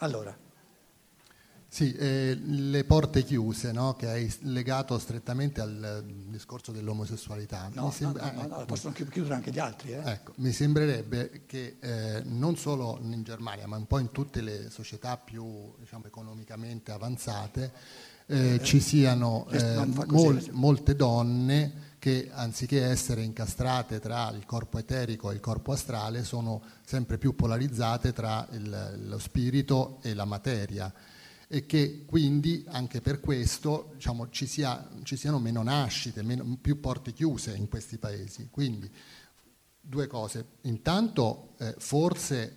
Allora. Sì, le porte chiuse, no? Che hai legato strettamente al discorso dell'omosessualità. No, possono chiudere anche gli altri. Ecco, mi sembrerebbe che non solo in Germania, ma un po' in tutte le società più, diciamo, economicamente avanzate, ci siano molte donne che, anziché essere incastrate tra il corpo eterico e il corpo astrale, sono sempre più polarizzate tra lo spirito e la materia, e che quindi anche per questo, diciamo, ci siano meno nascite, più porte chiuse in questi paesi. Quindi due cose: intanto forse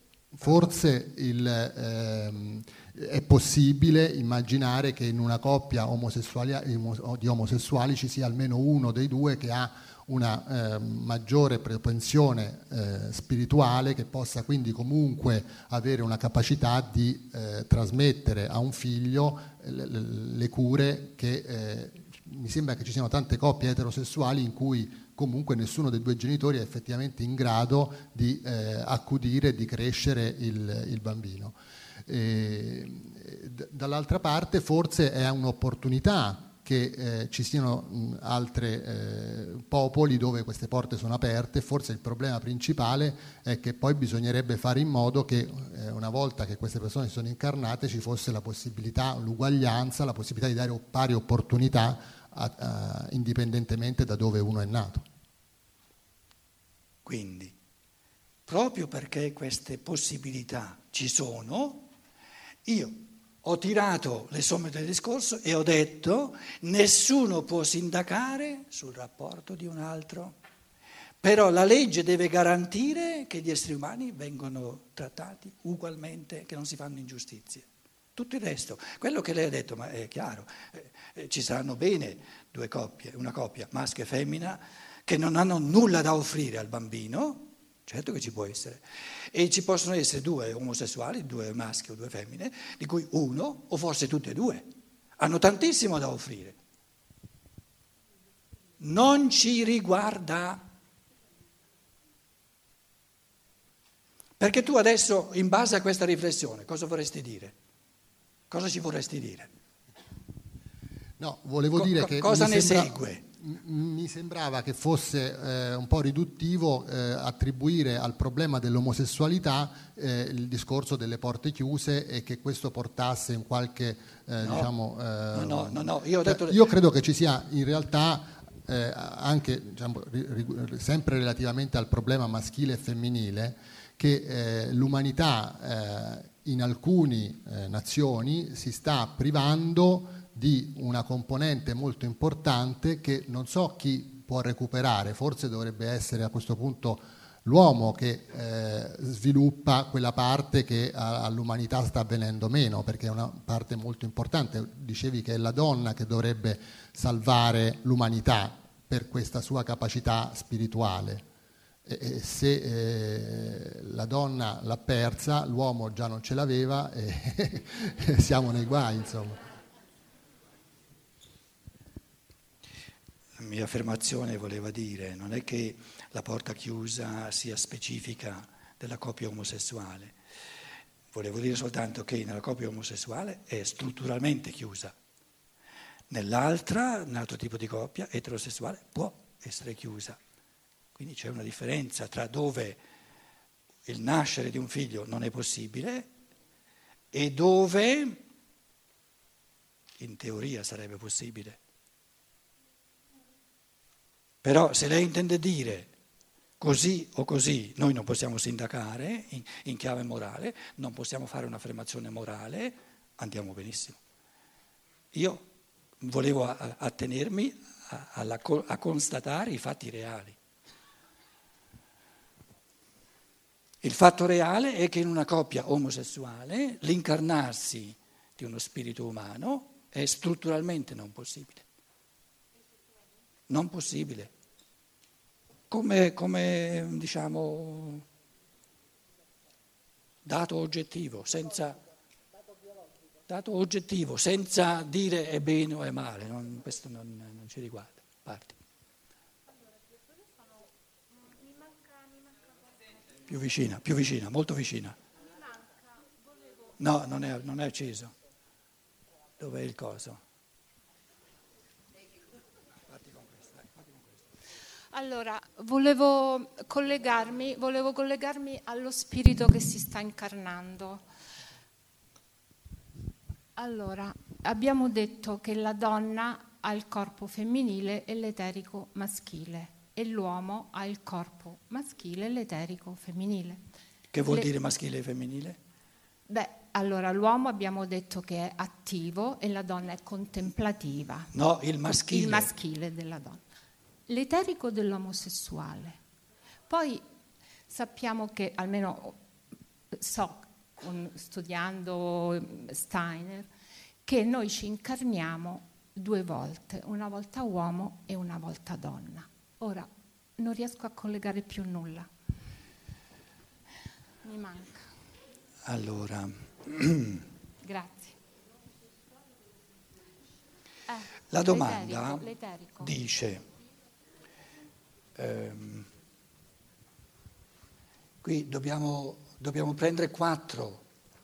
è possibile immaginare che in una coppia di omosessuali ci sia almeno uno dei due che ha una maggiore propensione spirituale, che possa quindi comunque avere una capacità di trasmettere a un figlio le cure che mi sembra che ci siano tante coppie eterosessuali in cui comunque nessuno dei due genitori è effettivamente in grado di accudire e di crescere il bambino. Dall'altra parte forse è un'opportunità che ci siano altri popoli dove queste porte sono aperte. Forse il problema principale è che poi bisognerebbe fare in modo che una volta che queste persone sono incarnate ci fosse la possibilità, l'uguaglianza, la possibilità di dare pari opportunità indipendentemente da dove uno è nato. Quindi, proprio perché queste possibilità ci sono, io ho tirato le somme del discorso e ho detto: nessuno può sindacare sul rapporto di un altro, però la legge deve garantire che gli esseri umani vengono trattati ugualmente, che non si fanno ingiustizie. Tutto il resto, quello che lei ha detto, ma è chiaro, ci saranno bene due coppie, una coppia maschio e femmina, che non hanno nulla da offrire al bambino. Certo che ci può essere, e ci possono essere due omosessuali, due maschi o due femmine, di cui uno o forse tutte e due hanno tantissimo da offrire. Non ci riguarda, perché tu adesso, in base a questa riflessione, cosa vorresti dire? Cosa ci vorresti dire? No, volevo dire che cosa ne segue? Mi sembrava che fosse un po' riduttivo attribuire al problema dell'omosessualità il discorso delle porte chiuse, e che questo portasse in qualche No, io ho detto... Io credo che ci sia in realtà anche, diciamo, sempre relativamente al problema maschile e femminile, che l'umanità in alcune nazioni si sta privando di una componente molto importante che non so chi può recuperare. Forse dovrebbe essere a questo punto l'uomo che sviluppa quella parte che all'umanità sta avvenendo meno, perché è una parte molto importante. Dicevi che è la donna che dovrebbe salvare l'umanità per questa sua capacità spirituale. E se la donna l'ha persa, l'uomo già non ce l'aveva e siamo nei guai, insomma. La mia affermazione voleva dire, non è che la porta chiusa sia specifica della coppia omosessuale, volevo dire soltanto che nella coppia omosessuale è strutturalmente chiusa, nell'altro tipo di coppia eterosessuale può essere chiusa. Quindi c'è una differenza tra dove il nascere di un figlio non è possibile e dove in teoria sarebbe possibile. Però se lei intende dire così o così, noi non possiamo sindacare in chiave morale, non possiamo fare un'affermazione morale, andiamo benissimo. Io volevo attenermi a constatare i fatti reali. Il fatto reale è che in una coppia omosessuale l'incarnarsi di uno spirito umano è strutturalmente non possibile. Non possibile. Come diciamo, dato oggettivo, senza dire è bene o è male, questo non ci riguarda. Parti. Più vicina, molto vicina. No, non è acceso. Dov'è il coso? Allora, volevo collegarmi allo spirito che si sta incarnando. Allora, abbiamo detto che la donna ha il corpo femminile e l'eterico maschile e l'uomo ha il corpo maschile e l'eterico femminile. Che vuol dire maschile e femminile? Beh, allora l'uomo abbiamo detto che è attivo e la donna è contemplativa. No, il maschile. Il maschile della donna. L'eterico dell'omosessuale. Poi sappiamo che, almeno so, studiando Steiner, che noi ci incarniamo 2 volte, una volta uomo e una volta donna. Ora, non riesco a collegare più nulla. Mi manca. Allora. Grazie. La domanda l'eterico. dice, qui dobbiamo prendere 4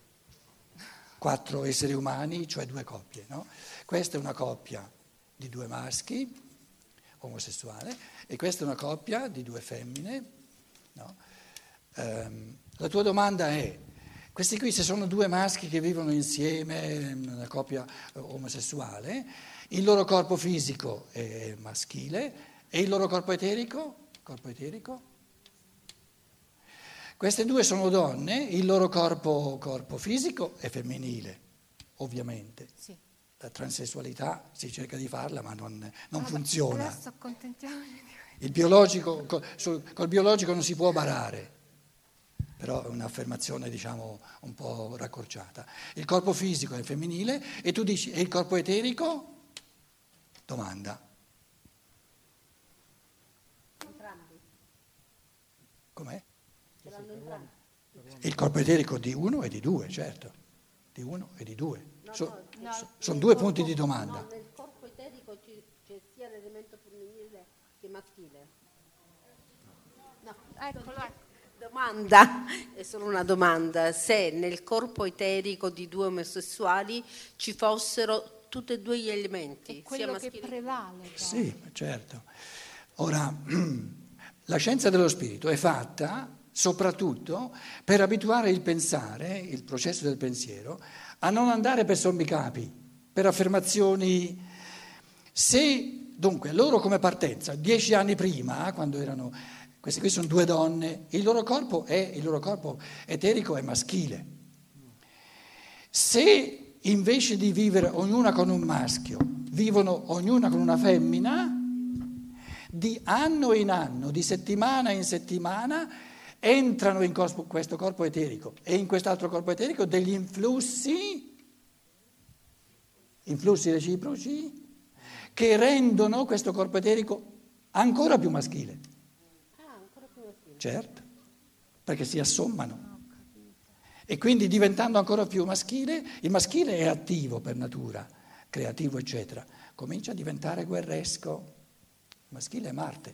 esseri umani, cioè 2 coppie, no? Questa è una coppia di 2 maschi, omosessuale, e questa è una coppia di 2 femmine, no? La tua domanda è, questi qui se sono 2 maschi che vivono insieme, una coppia omosessuale, il loro corpo fisico è maschile e il loro corpo eterico? Queste 2 sono donne, il loro corpo fisico è femminile, ovviamente. Sì. La transessualità si cerca di farla, ma non funziona. Adesso accontentiamoci. Il biologico, col biologico non si può barare, però è un'affermazione, diciamo, un po' raccorciata. Il corpo fisico è femminile e tu dici, e il corpo eterico? Domanda. Entrambi. Com'è? Ce l'hanno entrambi. Il corpo eterico di 1 e di 2, certo. Di 1 e di 2. Sono 2 punti di domanda. No, nel corpo eterico c'è sia l'elemento femminile che maschile. No, Eccolo. domanda, è solo una domanda, se nel corpo eterico di 2 omosessuali ci fossero tutti e 2 gli elementi, È quello che prevale. Poi. Sì, certo. Ora, la scienza dello spirito è fatta soprattutto per abituare il pensare, il processo del pensiero, a non andare per sommi capi, per affermazioni. Se dunque loro come partenza, 10 anni prima, quando erano, queste qui sono 2 donne, il loro corpo eterico è maschile. Se invece di vivere ognuna con un maschio, vivono ognuna con una femmina, di anno in anno, di settimana in settimana, entrano in questo corpo eterico e in quest'altro corpo eterico degli influssi reciproci che rendono questo corpo eterico ancora più maschile. ancora più maschile. Certo, perché si assommano. E quindi diventando ancora più maschile, il maschile è attivo per natura, creativo eccetera, comincia a diventare guerresco. Il maschile è Marte.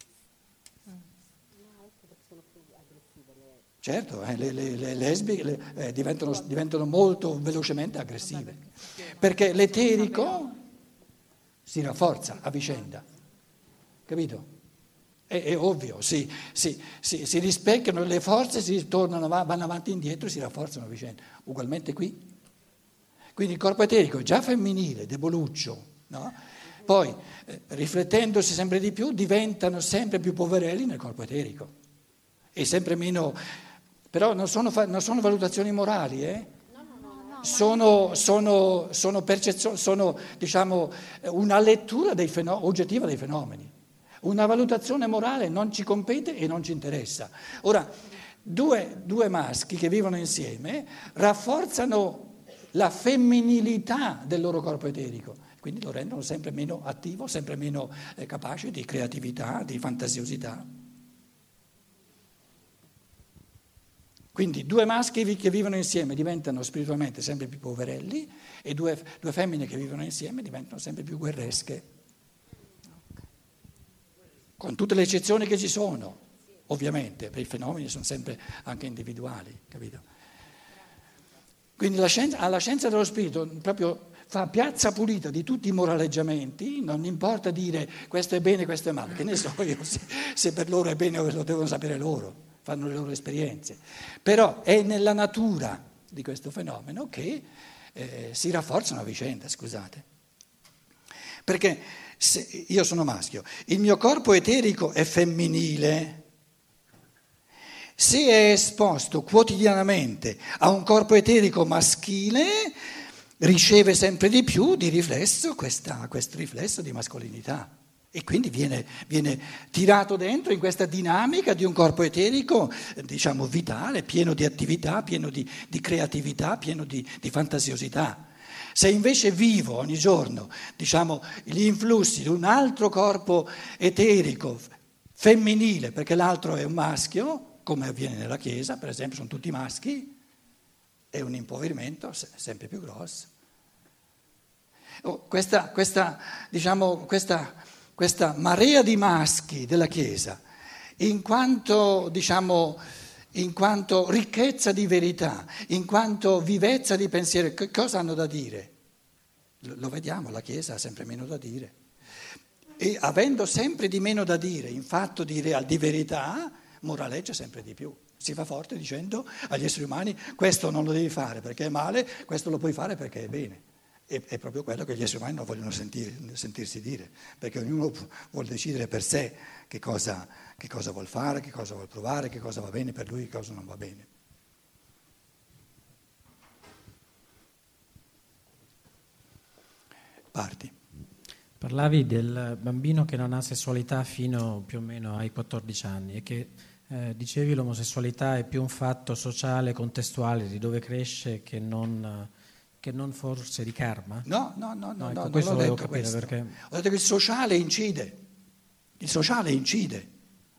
Certo, le lesbiche diventano molto velocemente aggressive, perché l'eterico si rafforza a vicenda, capito? È ovvio, si rispecchiano le forze, vanno avanti e indietro e si rafforzano a vicenda. Ugualmente qui. Quindi il corpo eterico è già femminile, deboluccio, no? Poi, riflettendosi sempre di più, diventano sempre più poverelli nel corpo eterico e sempre meno. Però non sono valutazioni morali, sono percezioni, sono diciamo una lettura oggettiva dei fenomeni. Una valutazione morale non ci compete e non ci interessa. Ora, due maschi che vivono insieme rafforzano la femminilità del loro corpo eterico, quindi lo rendono sempre meno attivo, sempre meno capace di creatività, di fantasiosità. Quindi 2 maschi che vivono insieme diventano spiritualmente sempre più poverelli e due femmine che vivono insieme diventano sempre più guerresche. Con tutte le eccezioni che ci sono, ovviamente, perché i fenomeni sono sempre anche individuali, capito? Quindi alla scienza dello spirito proprio fa piazza pulita di tutti i moraleggiamenti, non importa dire questo è bene, questo è male, che ne so io se per loro è bene o lo devono sapere loro, fanno le loro esperienze. Però è nella natura di questo fenomeno che si rafforzano a vicenda, scusate. Perché se io sono maschio, il mio corpo eterico è femminile. Se è esposto quotidianamente a un corpo eterico maschile, riceve sempre di più di riflesso questo riflesso di mascolinità e quindi viene tirato dentro in questa dinamica di un corpo eterico, diciamo, vitale, pieno di attività, pieno di creatività, pieno di fantasiosità. Se invece vivo ogni giorno, diciamo, gli influssi di un altro corpo eterico femminile, perché l'altro è un maschio, come avviene nella Chiesa, per esempio, sono tutti maschi, è un impoverimento sempre più grosso. Questa marea di maschi della Chiesa, in quanto ricchezza di verità, in quanto vivezza di pensiero, che cosa hanno da dire? Lo vediamo, la Chiesa ha sempre meno da dire. E avendo sempre di meno da dire in fatto di verità, moraleggia sempre di più. Si fa forte dicendo agli esseri umani questo non lo devi fare perché è male, questo lo puoi fare perché è bene. È proprio quello che gli esseri umani non vogliono sentirsi dire, perché ognuno vuole decidere per sé che cosa vuol fare, che cosa vuol provare, che cosa va bene per lui, che cosa non va bene. Parti. Parlavi del bambino che non ha sessualità fino più o meno ai 14 anni e che dicevi l'omosessualità è più un fatto sociale, contestuale, di dove cresce che non forse di karma? No, ecco, questo non ho volevo detto capire questo. Perché... Ho detto che il sociale incide.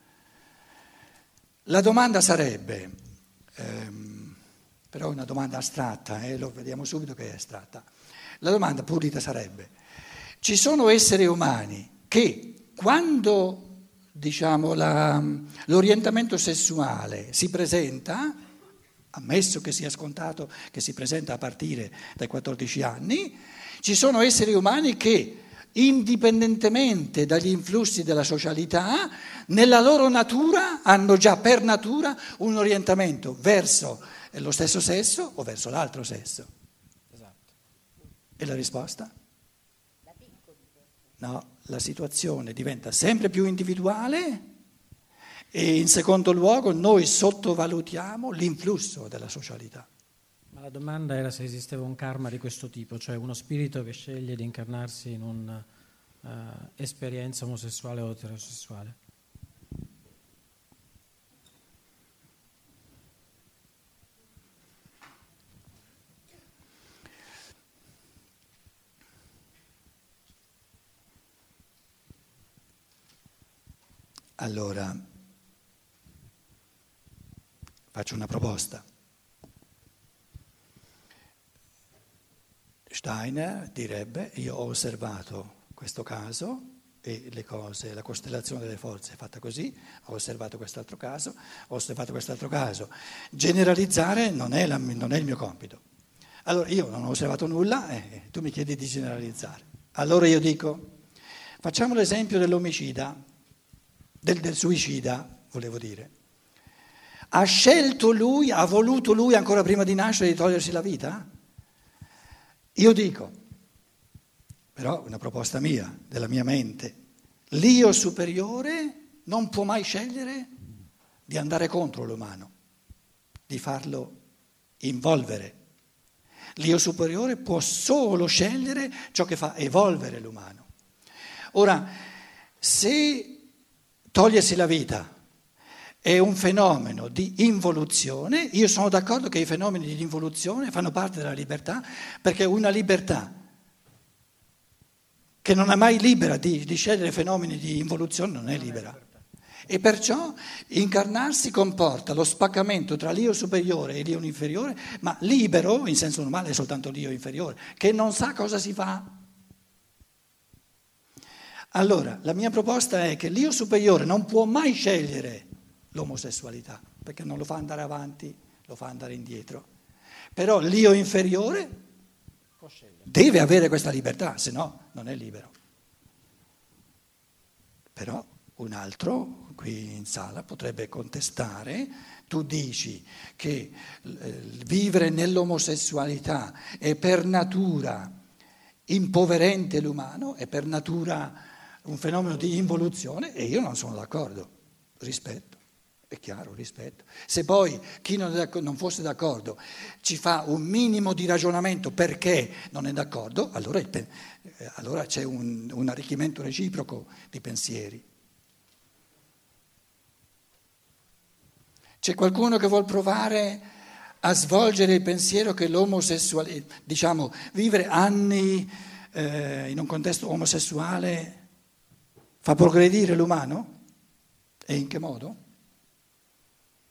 La domanda sarebbe, però è una domanda astratta, lo vediamo subito che è astratta. La domanda pulita sarebbe: ci sono esseri umani che quando, diciamo, l'orientamento sessuale si presenta, ammesso che sia scontato che si presenta a partire dai 14 anni, ci sono esseri umani che, indipendentemente dagli influssi della socialità, nella loro natura hanno già per natura un orientamento verso lo stesso sesso o verso l'altro sesso. Esatto. E la risposta? No, la situazione diventa sempre più individuale e in secondo luogo noi sottovalutiamo l'influsso della socialità. Ma la domanda era se esisteva un karma di questo tipo, cioè uno spirito che sceglie di incarnarsi in un'esperienza omosessuale o eterosessuale. Allora, faccio una proposta. Steiner direbbe: io ho osservato questo caso e le cose, la costellazione delle forze è fatta così, ho osservato quest'altro caso, ho osservato quest'altro caso. Generalizzare non è il mio compito. Allora io non ho osservato nulla e tu mi chiedi di generalizzare. Allora io dico, facciamo l'esempio dell'omicida, del suicida, volevo dire. Ha scelto lui, ha voluto lui ancora prima di nascere di togliersi la vita? Io dico, però una proposta mia, della mia mente, l'io superiore non può mai scegliere di andare contro l'umano, di farlo involvere. L'io superiore può solo scegliere ciò che fa evolvere l'umano. Ora, se togliersi la vita è un fenomeno di involuzione, io sono d'accordo che i fenomeni di involuzione fanno parte della libertà, perché una libertà che non è mai libera di scegliere fenomeni di involuzione non è libera. E perciò incarnarsi comporta lo spaccamento tra l'io superiore e l'io inferiore, ma libero, in senso normale, è soltanto l'io inferiore, che non sa cosa si fa. Allora, la mia proposta è che l'io superiore non può mai scegliere l'omosessualità, perché non lo fa andare avanti, lo fa andare indietro. Però l'io inferiore deve avere questa libertà, se no non è libero. Però un altro qui in sala potrebbe contestare, tu dici che vivere nell'omosessualità è per natura impoverente l'umano, è per natura un fenomeno di involuzione, e io non sono d'accordo, rispetto. È chiaro, rispetto. Se poi chi non fosse d'accordo ci fa un minimo di ragionamento perché non è d'accordo, allora c'è un arricchimento reciproco di pensieri. C'è qualcuno che vuol provare a svolgere il pensiero che l'omosessualità, diciamo, vivere anni in un contesto omosessuale fa progredire l'umano? E in che modo?